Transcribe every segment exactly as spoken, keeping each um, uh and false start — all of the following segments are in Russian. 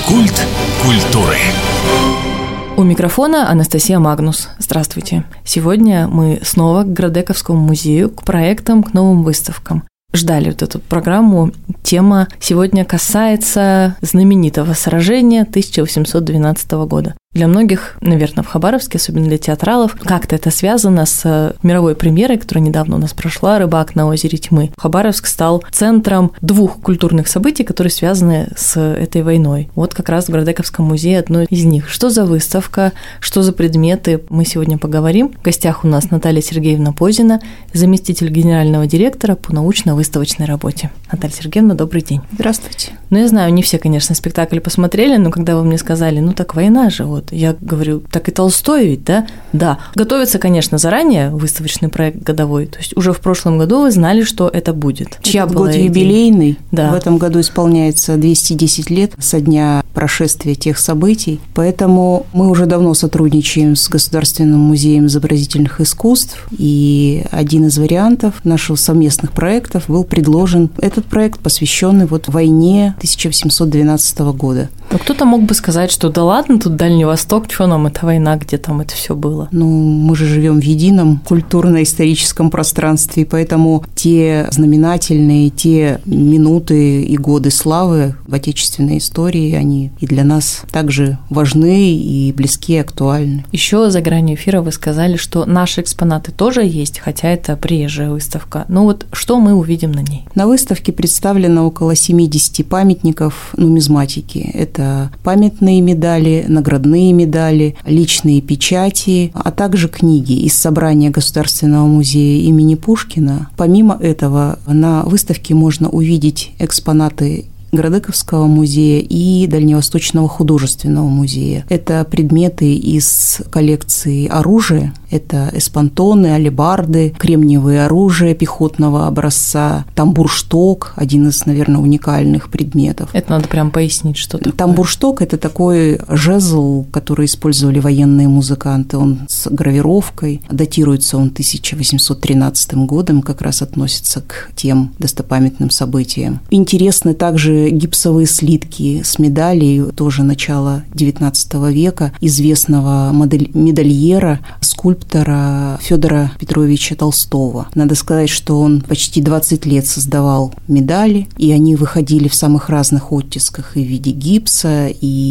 Культ культуры. У микрофона Анастасия Магнус. Здравствуйте. Сегодня мы снова к Градековскому музею, к проектам, к новым выставкам. Ждали вот эту программу. Тема сегодня касается знаменитого сражения тысяча восемьсот двенадцатого года. Для многих, наверное, в Хабаровске, особенно для театралов, как-то это связано с мировой премьерой, которая недавно у нас прошла, «Рыбак на озере Тьмы». Хабаровск стал центром двух культурных событий, которые связаны с этой войной. Вот как раз в Градековском музее одно из них. Что за выставка, что за предметы, мы сегодня поговорим. В гостях у нас Наталья Сергеевна Позина, заместитель генерального директора по научно-выставочной работе. Наталья Сергеевна, добрый день. Здравствуйте. Ну, я знаю, не все, конечно, спектакль посмотрели, но когда вы мне сказали, ну так война же, вот, я говорю, так и Толстой ведь, да? Да. Готовится, конечно, заранее выставочный проект годовой, то есть уже в прошлом году вы знали, что это будет. Чья была год идея? Юбилейный. Да. В этом году исполняется двести десять лет со дня прошествия тех событий, поэтому мы уже давно сотрудничаем с Государственным музеем изобразительных искусств, и один из вариантов наших совместных проектов был предложен. Этот проект, посвященный вот войне тысяча восемьсот двенадцатого года. Ну, кто-то мог бы сказать, что да ладно, тут Дальний Восток, что нам эта война, где там это все было? Ну, мы же живем в едином культурно-историческом пространстве, и поэтому те знаменательные, те минуты и годы славы в отечественной истории, они и для нас также важны и близки, и актуальны. Еще за гранью эфира вы сказали, что наши экспонаты тоже есть, хотя это приезжая выставка. Ну вот что мы увидим на ней? На выставке представлено около семидесяти памятников нумизматики. Это памятные медали, наградные медали, личные печати, а также книги из собрания Государственного музея имени Пушкина. Помимо этого, на выставке можно увидеть экспонаты Градековского музея и Дальневосточного художественного музея. Это предметы из коллекции оружия. Это эспантоны, алебарды, кремниевое оружие пехотного образца, тамбуршток, один из, наверное, уникальных предметов. Это надо прям пояснить, что такое. Тамбуршток – это такой жезл, который использовали военные музыканты. Он с гравировкой. Датируется он тысяча восемьсот тринадцатым годом, как раз относится к тем достопамятным событиям. Интересны также гипсовые слитки с медалей, тоже начала девятнадцатого века, известного медальера, скульптора Федора Петровича Толстого. Надо сказать, что он почти двадцать лет создавал медали, и они выходили в самых разных оттисках и в виде гипса,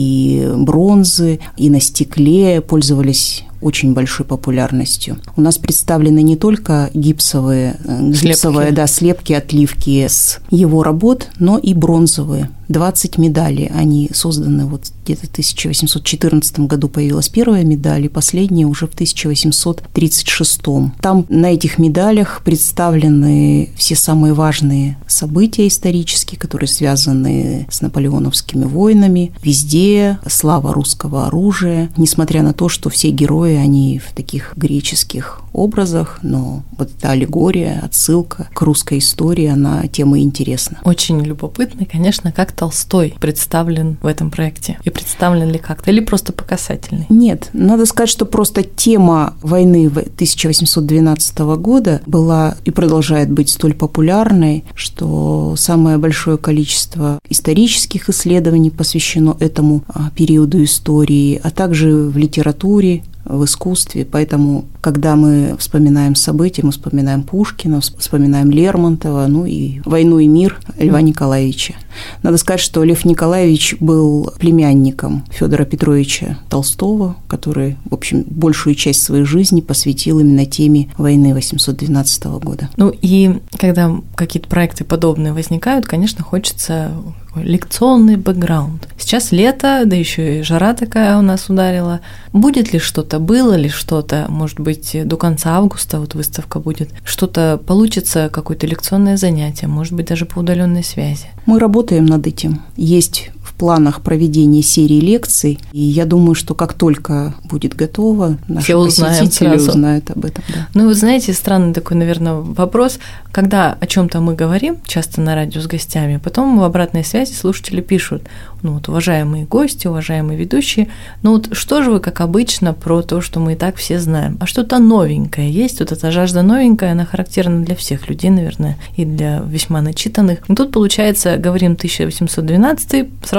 и бронзы, и на стекле, пользовались очень большой популярностью. У нас представлены не только гипсовые, гипсовые да, слепки, отливки с его работ, но и бронзовые. двадцать медалей. Они созданы вот где-то в тысяча восемьсот четырнадцатом году появилась первая медаль, и последняя уже в тысяча восемьсот тридцать шестом. Там на этих медалях представлены все самые важные события исторические, которые связаны с наполеоновскими войнами. Везде слава русского оружия, несмотря на то, что все герои, они в таких греческих образах, но вот эта аллегория, отсылка к русской истории, она тема интересна. Очень любопытно, конечно, как Толстой представлен в этом проекте. И представлен ли как-то, или просто по касательной? Нет, надо сказать, что просто тема войны тысяча восемьсот двенадцатого года была и продолжает быть столь популярной, что самое большое количество исторических исследований посвящено этому периоду истории, а также в литературе, в искусстве. Поэтому, когда мы вспоминаем события, мы вспоминаем Пушкина, вспоминаем Лермонтова, ну и «Войну и мир» Льва Николаевича. Надо сказать, что Лев Николаевич был племянником Федора Петровича Толстого, который, в общем, большую часть своей жизни посвятил именно теме войны восемьсот двенадцатого года. Ну и когда какие-то проекты подобные возникают, конечно, хочется лекционный бэкграунд. Сейчас лето, да еще и жара такая у нас ударила. Будет ли что-то, было ли что-то, может быть, до конца августа вот выставка будет, что-то получится, какое-то лекционное занятие, может быть, даже по удаленной связи? Мы работаем над этим. Есть в планах проведения серии лекций, и я думаю, что как только будет готово, наши все посетители сразу. узнают об этом. Да. Ну, вы знаете, странный такой, наверное, вопрос, когда о чем-то мы говорим, часто на радио с гостями, потом в обратной связи слушатели пишут: ну вот, уважаемые гости, уважаемые ведущие, ну вот что же вы, как обычно, про то, что мы и так все знаем, а что-то новенькое есть, вот эта жажда новенькая, она характерна для всех людей, наверное, и для весьма начитанных. И тут, получается, говорим тысяча восемьсот двенадцатый, сразу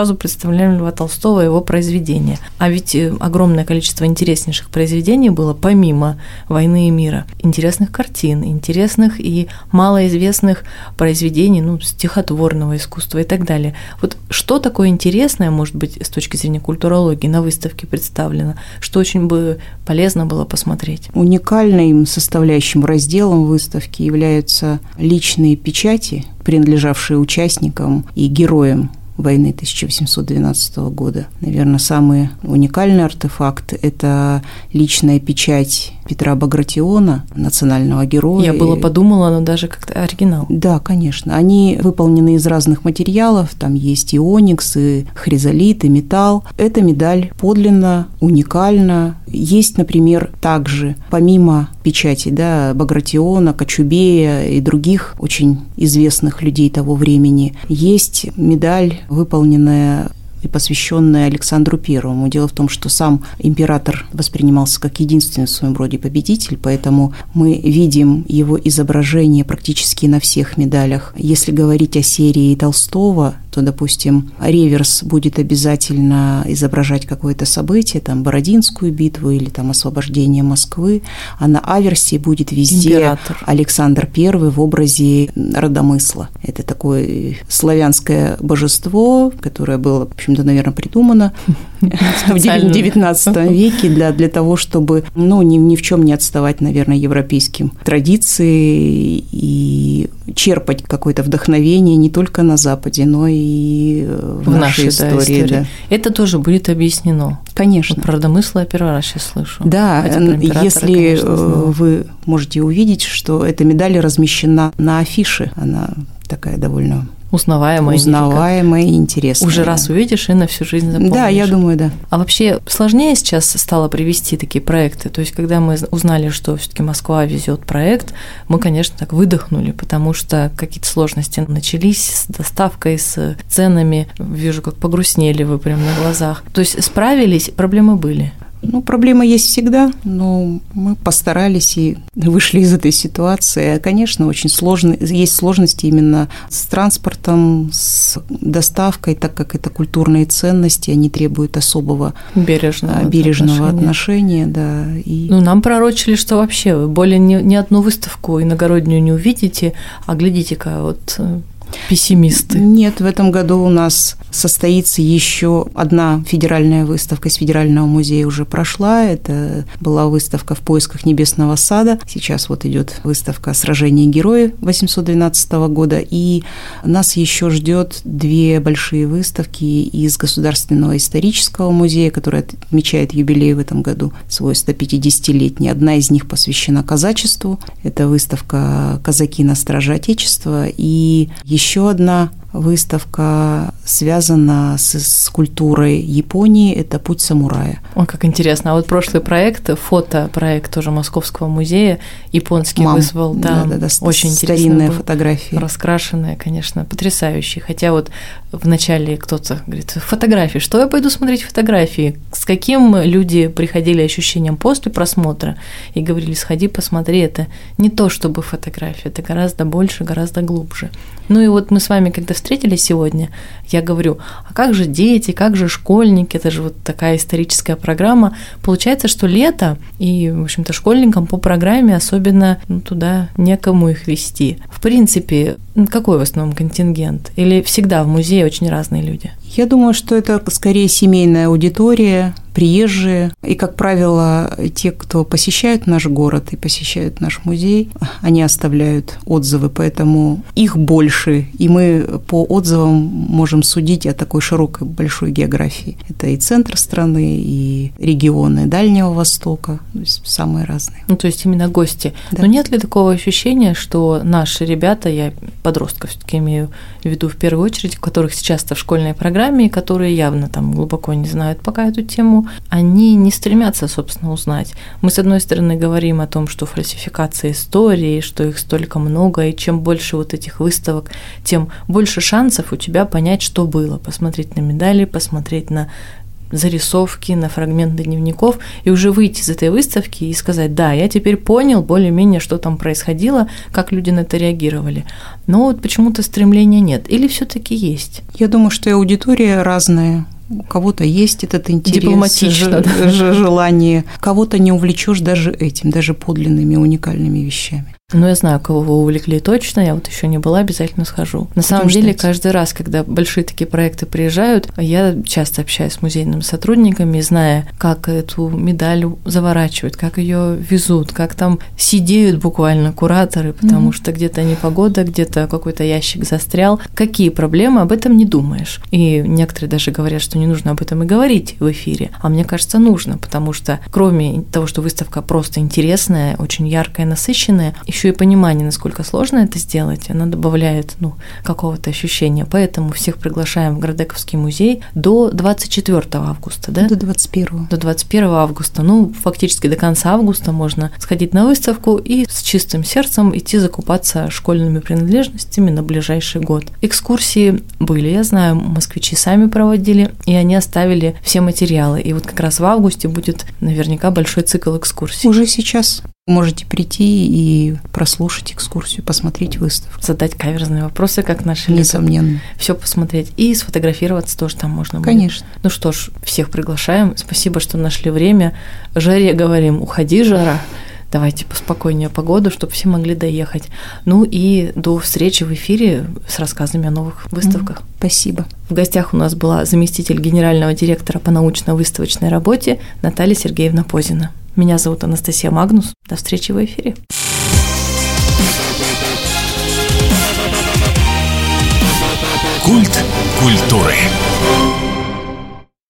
сразу представляем Льва Толстого и его произведения. А ведь огромное количество интереснейших произведений было помимо «Войны и мира». Интересных картин, интересных и малоизвестных произведений, ну, стихотворного искусства и так далее. Вот что такое интересное, может быть, с точки зрения культурологии на выставке представлено, что очень бы полезно было посмотреть? Уникальным составляющим разделом выставки являются личные печати, принадлежавшие участникам и героям войны тысяча восемьсот двенадцатого года. Наверное, самый уникальный артефакт – это личная печать Петра Багратиона, национального героя. Я было подумала, но даже как-то оригинал. Да, конечно. Они выполнены из разных материалов. Там есть и оникс, и хризолит, и металл. Эта медаль подлинно, уникальна. Есть, например, также, помимо печати, да, Багратиона, Кочубея и других очень известных людей того времени, есть медаль, выполненная и посвященная Александру Первому. Дело в том, что сам император воспринимался как единственный в своем роде победитель, поэтому мы видим его изображение практически на всех медалях. Если говорить о серии Толстого, то, допустим, реверс будет обязательно изображать какое-то событие, там, Бородинскую битву или там освобождение Москвы, а на аверсе будет везде император. Александр Первый в образе Родомысла. Это такое славянское божество, которое было, в общем-то, наверное, придумано в девятнадцатом веке для, для того, чтобы, ну, ни, ни в чем не отставать, наверное, европейским традиции и черпать какое-то вдохновение не только на Западе, но и в, в нашей, нашей истории. Да, истории. Да. Это тоже будет объяснено. Конечно. Вот про Родомысла я первый раз сейчас слышу. Да, если конечно, вы можете увидеть, что эта медаль размещена на афише, она такая довольно узнаваемая, узнаваемая и интересная. Уже раз увидишь и на всю жизнь запомнишь. Да, я думаю, да. А вообще сложнее сейчас стало привести такие проекты? То есть, когда мы узнали, что все-таки Москва везет проект, мы, конечно, так выдохнули, потому что какие-то сложности начались с доставкой, с ценами. Вижу, как погрустнели вы прямо на глазах. То есть, справились, проблемы были? Ну, проблема есть всегда, но мы постарались и вышли из этой ситуации. Конечно, очень сложно, есть сложности именно с транспортом, с доставкой, так как это культурные ценности, они требуют особого бережного, бережного отношения. отношения. Да, и... Ну, нам пророчили, что вообще вы более ни, ни одну выставку иногороднюю не увидите, а глядите-ка, вот... Пессимисты. Нет, в этом году у нас состоится еще одна федеральная выставка из Федерального музея уже прошла. Это была выставка «В поисках небесного сада». Сейчас вот идет выставка «Сражение героев» восемьсот двенадцатого года. И нас еще ждет две большие выставки из Государственного исторического музея, который отмечает юбилей в этом году, свой сто пятидесятилетний. Одна из них посвящена казачеству. Это выставка «Казаки на страже Отечества». И еще одна выставка связана с, с культурой Японии, это «Путь самурая». Ой, как интересно. А вот прошлый проект, фотопроект тоже Московского музея, японский Мам. вызвал, да, да, да, да, очень старинные фотографии. Раскрашенные, конечно, потрясающие. Хотя вот вначале кто-то говорит, фотографии, что я пойду смотреть фотографии? С каким люди приходили ощущением после просмотра и говорили, сходи, посмотри, это не то, чтобы фотография, это гораздо больше, гораздо глубже. Ну и вот мы с вами, когда встретились сегодня, я говорю, а как же дети, как же школьники, это же вот такая историческая программа. Получается, что лето, и, в общем-то, школьникам по программе особенно ну, туда некому их вести. В принципе, какой в основном контингент? Или всегда в музее очень разные люди? Я думаю, что это скорее семейная аудитория, приезжие. И, как правило, те, кто посещают наш город и посещают наш музей, они оставляют отзывы, поэтому их больше. И мы по отзывам можем судить о такой широкой, большой географии. Это и центр страны, и регионы Дальнего Востока, то есть самые разные. Ну, то есть именно гости. Да. Но нет ли такого ощущения, что наши ребята, я подростков все-таки имею в виду в первую очередь, у которых сейчас-то в школьной программе, которые явно там глубоко не знают пока эту тему, они не стремятся, собственно, узнать. Мы, с одной стороны, говорим о том, что фальсификация истории, что их столько много, и чем больше вот этих выставок, тем больше шансов у тебя понять, что было, посмотреть на медали, посмотреть на зарисовки, на фрагменты дневников, и уже выйти из этой выставки и сказать: да, я теперь понял более-менее, что там происходило, как люди на это реагировали. Но вот почему-то стремления нет. Или все-таки есть? Я думаю, что и аудитория разная. У кого-то есть этот интерес, дипломатично, ж- да. желание, кого-то не увлечешь даже этим, даже подлинными уникальными вещами. Ну, я знаю, кого вы увлекли точно, я вот еще не была, обязательно схожу. На самом деле, каждый раз, когда большие такие проекты приезжают, я часто общаюсь с музейными сотрудниками, зная, как эту медаль заворачивают, как ее везут, как там сидеют буквально кураторы, потому mm-hmm. что где-то непогода, где-то какой-то ящик застрял. Какие проблемы, об этом не думаешь. И некоторые даже говорят, что не нужно об этом и говорить в эфире, а мне кажется, нужно, потому что кроме того, что выставка просто интересная, очень яркая, насыщенная, еще и понимание, насколько сложно это сделать, она добавляет, ну, какого-то ощущения. Поэтому всех приглашаем в Градековский музей до двадцать четвёртого августа, да? До двадцать первого. До двадцать первого августа. Ну, фактически до конца августа можно сходить на выставку и с чистым сердцем идти закупаться школьными принадлежностями на ближайший год. Экскурсии были, я знаю, москвичи сами проводили, и они оставили все материалы. И вот как раз в августе будет наверняка большой цикл экскурсий. Уже сейчас можете прийти и прослушать экскурсию, посмотреть выставку. Задать каверзные вопросы, как наши люди. Несомненно. Все посмотреть. И сфотографироваться тоже там можно будет. Конечно. Ну что ж, всех приглашаем. Спасибо, что нашли время. Жаре говорим: уходи, жара. Давайте поспокойнее погоду, чтобы все могли доехать. Ну и до встречи в эфире с рассказами о новых выставках. Спасибо. В гостях у нас была заместитель генерального директора по научно-выставочной работе Наталья Сергеевна Позина. Меня зовут Анастасия Магнус. До встречи в эфире. Культ культуры.